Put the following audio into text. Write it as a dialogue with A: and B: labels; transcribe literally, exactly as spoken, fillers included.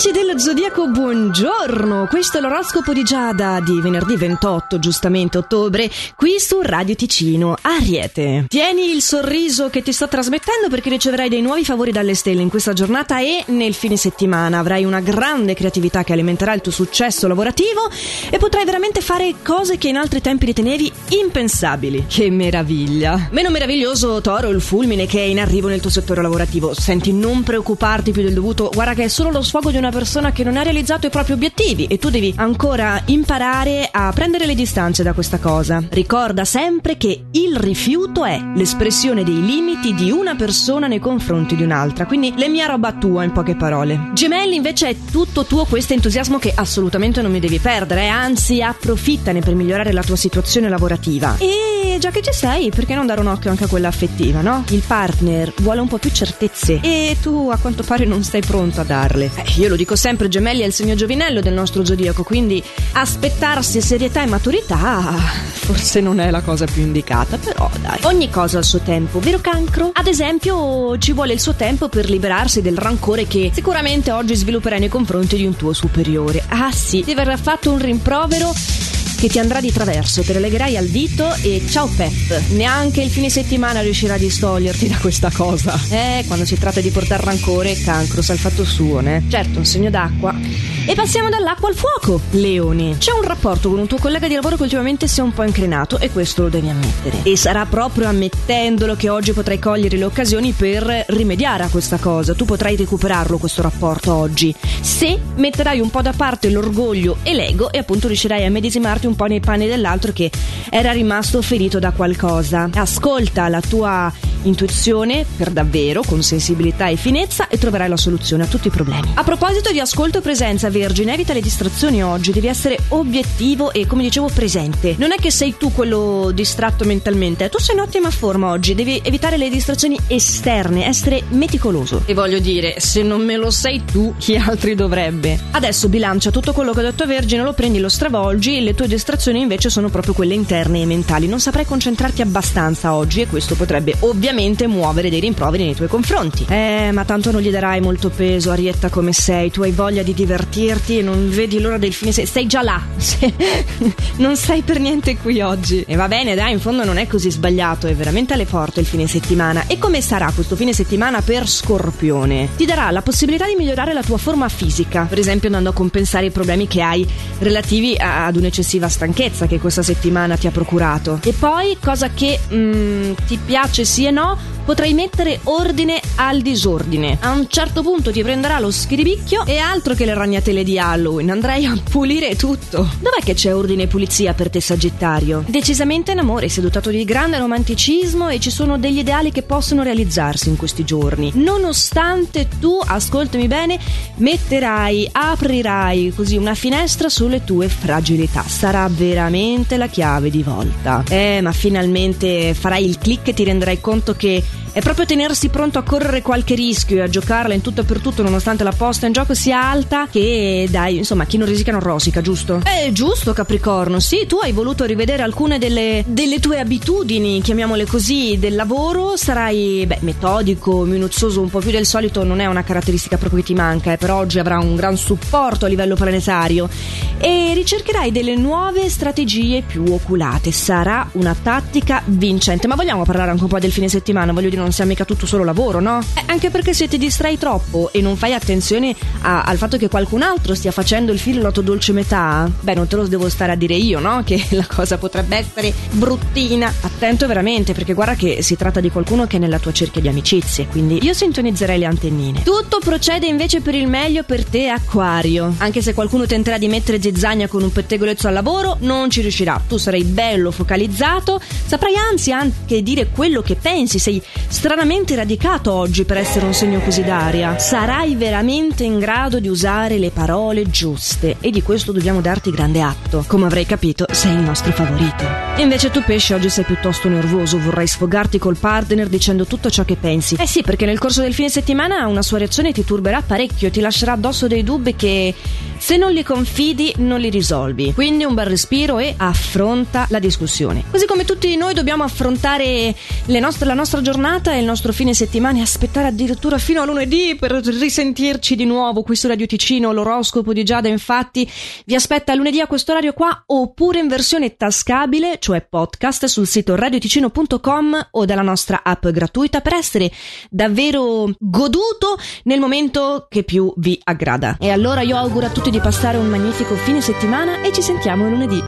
A: Amici dello Zodiaco, buongiorno! Questo è l'oroscopo di Giada di venerdì ventotto, giustamente, ottobre, qui su Radio Ticino. Ariete, tieni il sorriso che ti sto trasmettendo perché riceverai dei nuovi favori dalle stelle in questa giornata e nel fine settimana. Avrai una grande creatività che alimenterà il tuo successo lavorativo e potrai veramente fare cose che in altri tempi ritenevi impensabili. Che meraviglia! Meno meraviglioso, Toro, il fulmine che è in arrivo nel tuo settore lavorativo. Senti, non preoccuparti più del dovuto, guarda che è solo lo sfogo di una persona che non ha realizzato i propri obiettivi e tu devi ancora imparare a prendere le distanze da questa cosa. Ricorda sempre che il rifiuto è l'espressione dei limiti di una persona nei confronti di un'altra, quindi le mia roba tua, in poche parole. Gemelli, invece, è tutto tuo questo entusiasmo che assolutamente non mi devi perdere, eh? Anzi, approfittane per migliorare la tua situazione lavorativa. E già che ci sei, perché non dare un occhio anche a quella affettiva, no? Il partner vuole un po' più certezze e tu a quanto pare non sei pronto a darle. Eh, io lo dico sempre, Gemelli è il segno giovinello del nostro zodiaco, quindi aspettarsi serietà e maturità forse non è la cosa più indicata, però dai, ogni cosa al suo tempo, vero Cancro? Ad esempio, ci vuole il suo tempo per liberarsi del rancore che sicuramente oggi svilupperai nei confronti di un tuo superiore. Ah sì, ti verrà fatto un rimprovero che ti andrà di traverso, te lo legherai al dito e ciao Pep, neanche il fine settimana riuscirà a distoglierti da questa cosa. Eh, quando si tratta di portare rancore, Cancro sa il fatto suo, né? Certo, un segno d'acqua. E passiamo dall'acqua al fuoco, Leoni. C'è un rapporto con un tuo collega di lavoro che ultimamente si è un po' increnato e questo lo devi ammettere. E sarà proprio ammettendolo che oggi potrai cogliere le occasioni per rimediare a questa cosa. Tu potrai recuperarlo questo rapporto oggi, se metterai un po' da parte l'orgoglio e l'ego e appunto riuscirai a medesimarti un po' nei panni dell'altro che era rimasto ferito da qualcosa. Ascolta la tua intuizione per davvero, con sensibilità e finezza, e troverai la soluzione a tutti i problemi. A proposito di ascolto e presenza, Vergine, evita le distrazioni oggi, devi essere obiettivo e, come dicevo, presente. Non è che sei tu quello distratto mentalmente, tu sei in ottima forma oggi, devi evitare le distrazioni esterne, essere meticoloso. E voglio dire, se non me lo sei tu, chi altri dovrebbe? Adesso bilancia tutto quello che ho detto a Vergine, lo prendi, lo stravolgi, le tue distrazioni invece sono proprio quelle interne e mentali. Non saprai concentrarti abbastanza oggi e questo potrebbe ovviamente muovere dei rimproveri nei tuoi confronti. Eh, ma tanto non gli darai molto peso, Arietta come sei, tu hai voglia di divertirti e non vedi l'ora del fine settimana, sei già là, non sei per niente qui oggi. E va bene, dai, in fondo non è così sbagliato, è veramente alle porte il fine settimana. E come sarà questo fine settimana per Scorpione? Ti darà la possibilità di migliorare la tua forma fisica, per esempio andando a compensare i problemi che hai relativi ad un'eccessiva stanchezza che questa settimana ti ha procurato. E poi, cosa che mm, ti piace sì e no, potrai mettere ordine al disordine. A un certo punto ti prenderà lo schiribicchio e altro che le ragnatele di Halloween, andrai a pulire tutto. Dov'è che c'è ordine e pulizia per te, Sagittario? Decisamente in amore, sei dotato di grande romanticismo e ci sono degli ideali che possono realizzarsi in questi giorni. Nonostante tu, ascoltami bene, metterai, aprirai così una finestra sulle tue fragilità. Sarà veramente la chiave di volta. Eh, ma finalmente farai il click e ti renderai conto che è proprio tenersi pronto a correre qualche rischio e a giocarla in tutto e per tutto nonostante la posta in gioco sia alta che, dai, insomma, chi non risica non rosica, giusto? Eh, giusto, Capricorno, sì, tu hai voluto rivedere alcune delle, delle tue abitudini, chiamiamole così, del lavoro, sarai, beh, metodico, minuzioso un po' più del solito, non è una caratteristica proprio che ti manca, eh, per oggi avrà un gran supporto a livello planetario e ricercherai delle nuove strategie più oculate, sarà una tattica vincente. Ma vogliamo parlare anche un po' del fine settimana? Voglio dire, non sia mica tutto solo lavoro, no? Eh, anche perché se ti distrai troppo e non fai attenzione a, al fatto che qualcun altro stia facendo il filo la tua dolce metà, beh, non te lo devo stare a dire io, no? Che la cosa potrebbe essere bruttina. Attento veramente, perché guarda che si tratta di qualcuno che è nella tua cerchia di amicizie, quindi io sintonizzerei le antennine. Tutto procede invece per il meglio per te, Acquario. Anche se qualcuno tenterà di mettere zizzania con un pettegolezzo al lavoro, non ci riuscirà. Tu sarai bello focalizzato, saprai anzi anche dire quello che pensi, sei stranamente radicato oggi per essere un segno così d'aria. Sarai veramente in grado di usare le parole giuste e di questo dobbiamo darti grande atto. Come avrai capito, sei il nostro favorito. E invece tu, Pesce, oggi sei piuttosto nervoso, vorrai sfogarti col partner dicendo tutto ciò che pensi. Eh sì, perché nel corso del fine settimana una sua reazione ti turberà parecchio, ti lascerà addosso dei dubbi che se non li confidi non li risolvi. Quindi un bel respiro e affronta la discussione. Così come tutti noi dobbiamo affrontare le nostre, la nostra giornata giornata e il nostro fine settimana e aspettare addirittura fino a lunedì per risentirci di nuovo qui su Radio Ticino. L'oroscopo di Giada infatti vi aspetta lunedì a questo orario qua, oppure in versione tascabile, cioè podcast, sul sito radioticino punto com o dalla nostra app gratuita, per essere davvero goduto nel momento che più vi aggrada. E allora io auguro a tutti di passare un magnifico fine settimana e ci sentiamo lunedì.